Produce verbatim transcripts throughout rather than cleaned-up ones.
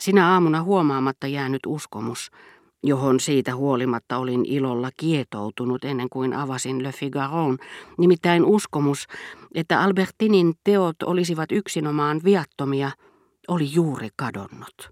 Sinä aamuna huomaamatta jäänyt uskomus, johon siitä huolimatta olin ilolla kietoutunut ennen kuin avasin Le Figaron, nimittäin uskomus, että Albertinin teot olisivat yksinomaan viattomia, oli juuri kadonnut.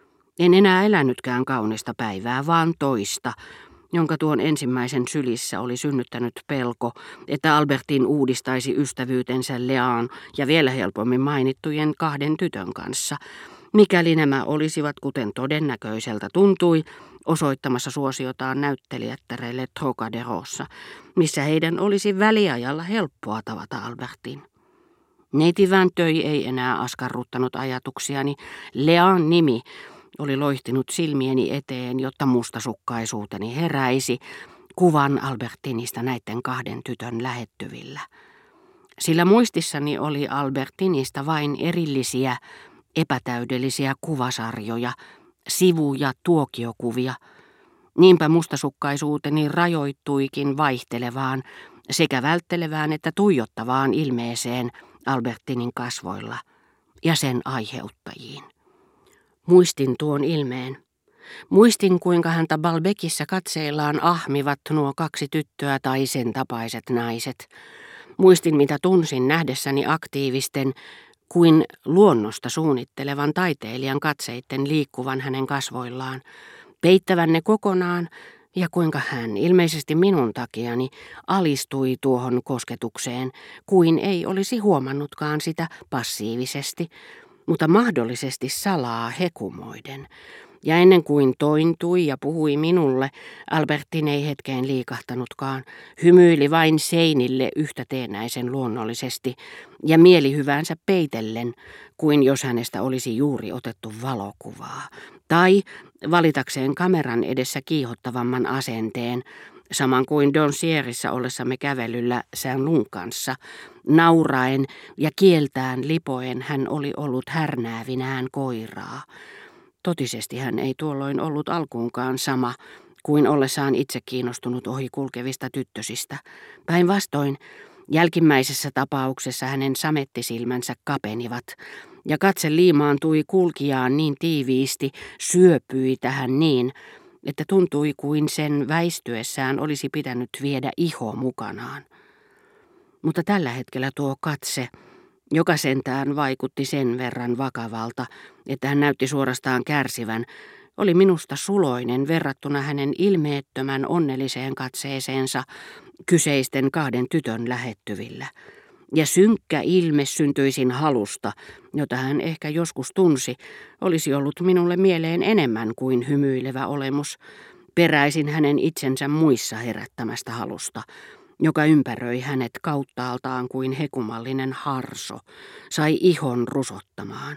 En enää elänytkään kaunista päivää, vaan toista, jonka tuon ensimmäisen sylissä oli synnyttänyt pelko, että Albertin uudistaisi ystävyytensä Leaan ja vielä helpommin mainittujen kahden tytön kanssa, mikäli nämä olisivat, kuten todennäköiseltä tuntui, osoittamassa suosiotaan näyttelijättäreille Trocaderossa, missä heidän olisi väliajalla helppoa tavata Albertin. Neiti Vinteuil ei enää askarruttanut ajatuksiani. Lean nimi oli loihtinut silmieni eteen, jotta mustasukkaisuuteni heräisi kuvan Albertinista näiden kahden tytön lähettyvillä. Sillä muistissani oli Albertinista vain erillisiä, epätäydellisiä kuvasarjoja, sivu- ja tuokiokuvia. Niinpä mustasukkaisuuteni rajoittuikin vaihtelevaan, sekä välttelevään että tuijottavaan ilmeeseen Albertinin kasvoilla ja sen aiheuttajiin. Muistin tuon ilmeen. Muistin, kuinka häntä Balbekissa katseillaan ahmivat nuo kaksi tyttöä tai sen tapaiset naiset. Muistin, mitä tunsin nähdessäni aktiivisten, kuin luonnosta suunnittelevan taiteilijan katseitten liikkuvan hänen kasvoillaan, peittävän ne kokonaan, ja kuinka hän, ilmeisesti minun takiani, alistui tuohon kosketukseen, kuin ei olisi huomannutkaan sitä passiivisesti, mutta mahdollisesti salaa hekumoiden. Ja ennen kuin tointui ja puhui minulle, Albertin ei hetkeen liikahtanutkaan, hymyili vain seinille yhtä teennäisen luonnollisesti ja mielihyväänsä peitellen, kuin jos hänestä olisi juuri otettu valokuvaa. Tai valitakseen kameran edessä kiihottavamman asenteen, saman kuin Doncierissa ollessamme kävelyllä Saint-Lun kanssa, nauraen ja kieltään lipoen hän oli ollut härnäävinään koiraa. Totisesti hän ei tuolloin ollut alkuunkaan sama kuin ollessaan itse kiinnostunut ohikulkevista tyttösistä. Päinvastoin, jälkimmäisessä tapauksessa hänen samettisilmänsä kapenivat, ja katse liimaantui kulkijaan niin tiiviisti, syöpyi tähän niin, että tuntui kuin sen väistyessään olisi pitänyt viedä iho mukanaan. Mutta tällä hetkellä tuo katse, joka sentään vaikutti sen verran vakavalta, että hän näytti suorastaan kärsivän, oli minusta suloinen verrattuna hänen ilmeettömän onnelliseen katseeseensa kyseisten kahden tytön lähettyvillä. Ja synkkä ilme syntyisin halusta, jota hän ehkä joskus tunsi, olisi ollut minulle mieleen enemmän kuin hymyilevä olemus, peräisin hänen itsensä muissa herättämästä halusta, joka ympäröi hänet kauttaaltaan kuin hekumallinen harso, sai ihon rusottamaan.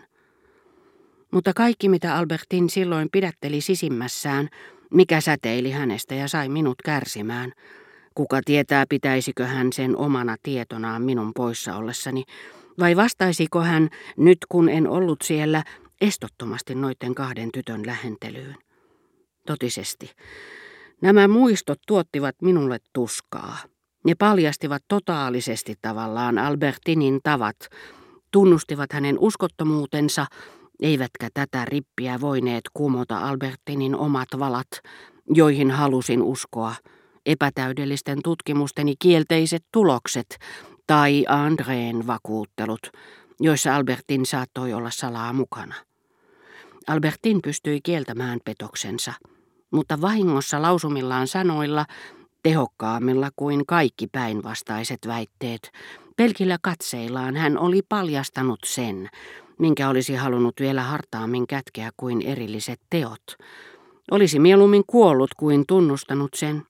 Mutta kaikki, mitä Albertin silloin pidätteli sisimmässään, mikä säteili hänestä ja sai minut kärsimään, kuka tietää, pitäisikö hän sen omana tietonaan minun poissa ollessani, vai vastaisiko hän, nyt kun en ollut siellä, estottomasti noiden kahden tytön lähentelyyn. Totisesti. Nämä muistot tuottivat minulle tuskaa. Ne paljastivat totaalisesti tavallaan Albertinin tavat, tunnustivat hänen uskottomuutensa, eivätkä tätä rippiä voineet kumota Albertinin omat valat, joihin halusin uskoa, epätäydellisten tutkimusteni kielteiset tulokset tai Andreen vakuuttelut, joissa Albertin saattoi olla salaa mukana. Albertin pystyi kieltämään petoksensa, mutta vahingossa lausumillaan sanoilla, tehokkaammilla kuin kaikki päinvastaiset väitteet, pelkillä katseillaan hän oli paljastanut sen, minkä olisi halunnut vielä hartaammin kätkeä kuin erilliset teot. Olisi mieluummin kuollut kuin tunnustanut sen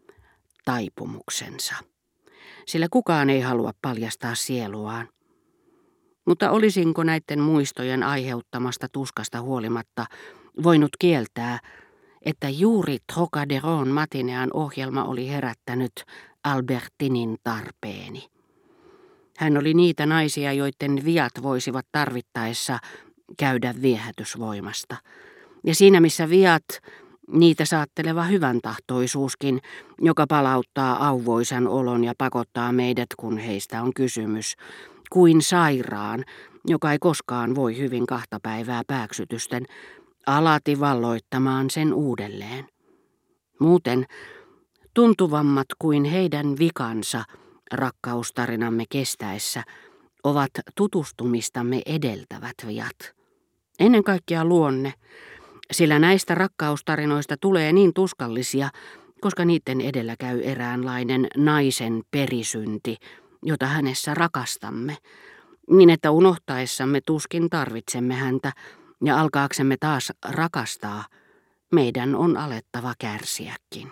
taipumuksensa. Sillä kukaan ei halua paljastaa sieluaan. Mutta olisinko näiden muistojen aiheuttamasta tuskasta huolimatta voinut kieltää, että juuri Trocaderon matinean ohjelma oli herättänyt Albertinin tarpeeni. Hän oli niitä naisia, joiden viat voisivat tarvittaessa käydä viehätysvoimasta. Ja siinä missä viat, niitä saatteleva hyväntahtoisuuskin, joka palauttaa auvoisan olon ja pakottaa meidät, kun heistä on kysymys, kuin sairaan, joka ei koskaan voi hyvin kahta päivää pääksytysten, alati valloittamaan sen uudelleen. Muuten tuntuvammat kuin heidän vikansa rakkaustarinamme kestäessä ovat tutustumistamme edeltävät viat. Ennen kaikkea luonne, sillä näistä rakkaustarinoista tulee niin tuskallisia, koska niiden edellä käy eräänlainen naisen perisynti, jota hänessä rakastamme, niin että unohtaessamme tuskin tarvitsemme häntä ja alkaaksemme taas rakastaa, meidän on alettava kärsiäkin.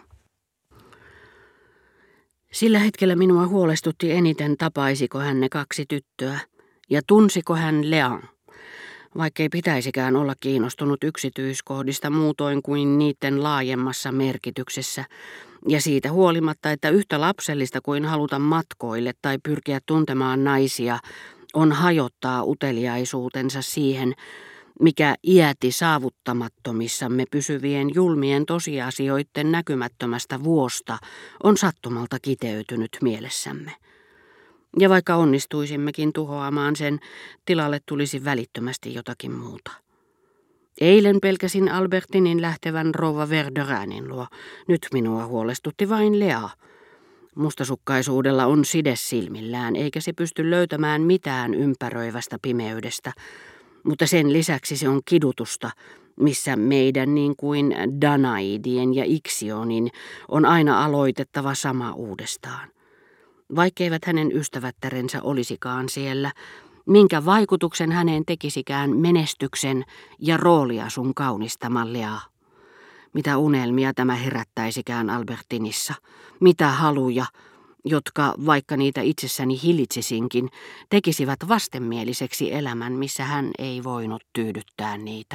Sillä hetkellä minua huolestutti eniten, tapaisiko hän ne kaksi tyttöä ja tunsiko hän Lean, vaikkei pitäisikään olla kiinnostunut yksityiskohdista muutoin kuin niiden laajemmassa merkityksessä, ja siitä huolimatta, että yhtä lapsellista kuin haluta matkoille tai pyrkiä tuntemaan naisia on hajottaa uteliaisuutensa siihen, mikä iäti saavuttamattomissamme pysyvien julmien tosiasioiden näkymättömästä vuosta on sattumalta kiteytynyt mielessämme. Ja vaikka onnistuisimmekin tuhoamaan sen, tilalle tulisi välittömästi jotakin muuta. Eilen pelkäsin Albertinin lähtevän rouva Verderanin luo. Nyt minua huolestutti vain Lea. Mustasukkaisuudella on side silmillään, eikä se pysty löytämään mitään ympäröivästä pimeydestä, mutta sen lisäksi se on kidutusta, missä meidän niin kuin Danaidien ja Iksionin on aina aloitettava sama uudestaan. Vaikkeivät hänen ystävättärensä olisikaan siellä, minkä vaikutuksen häneen tekisikään menestyksen ja rooliasun kaunistama Lea. Mitä unelmia tämä herättäisikään Albertinissa, mitä haluja, jotka, vaikka niitä itsessäni hilitsisinkin, tekisivät vastenmieliseksi elämän, missä hän ei voinut tyydyttää niitä.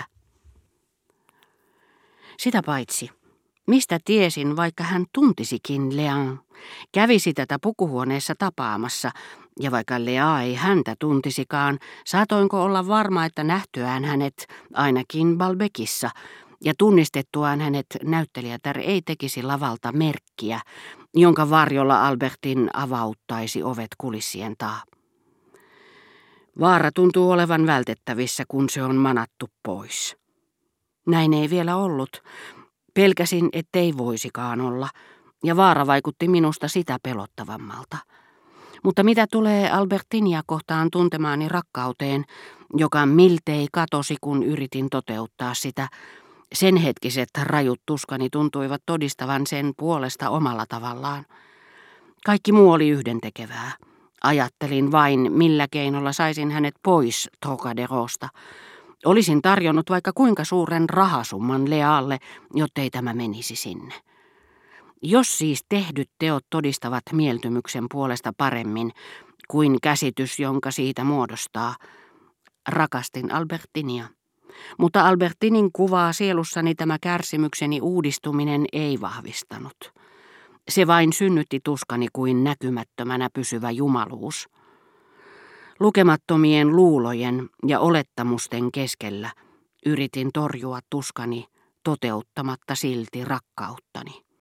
Sitä paitsi, mistä tiesin, vaikka hän tuntisikin Lean, kävisi tätä pukuhuoneessa tapaamassa, ja vaikka Lea ei häntä tuntisikaan, saatoinko olla varma, että nähtyään hänet ainakin Balbekissa, ja tunnistettuaan hänet näyttelijätär ei tekisi lavalta merkkiä, jonka varjolla Albertin avauttaisi ovet kulissien taa. Vaara tuntuu olevan vältettävissä, kun se on manattu pois. Näin ei vielä ollut. Pelkäsin, ettei voisikaan olla, ja vaara vaikutti minusta sitä pelottavammalta. Mutta mitä tulee Albertinia kohtaan tuntemaani rakkauteen, joka miltei katosi, kun yritin toteuttaa sitä, sen hetkiset rajut tuskani tuntuivat todistavan sen puolesta omalla tavallaan. Kaikki muu oli yhdentekevää. Ajattelin vain, millä keinolla saisin hänet pois Trocaderosta. Olisin tarjonnut vaikka kuinka suuren rahasumman Lealle, jottei tämä menisi sinne. Jos siis tehdyt teot todistavat mieltymyksen puolesta paremmin kuin käsitys, jonka siitä muodostaa, rakastin Albertinia. Mutta Albertinin kuvaa sielussani tämä kärsimykseni uudistuminen ei vahvistanut. Se vain synnytti tuskani kuin näkymättömänä pysyvä jumaluus. Lukemattomien luulojen ja olettamusten keskellä yritin torjua tuskani toteuttamatta silti rakkauttani.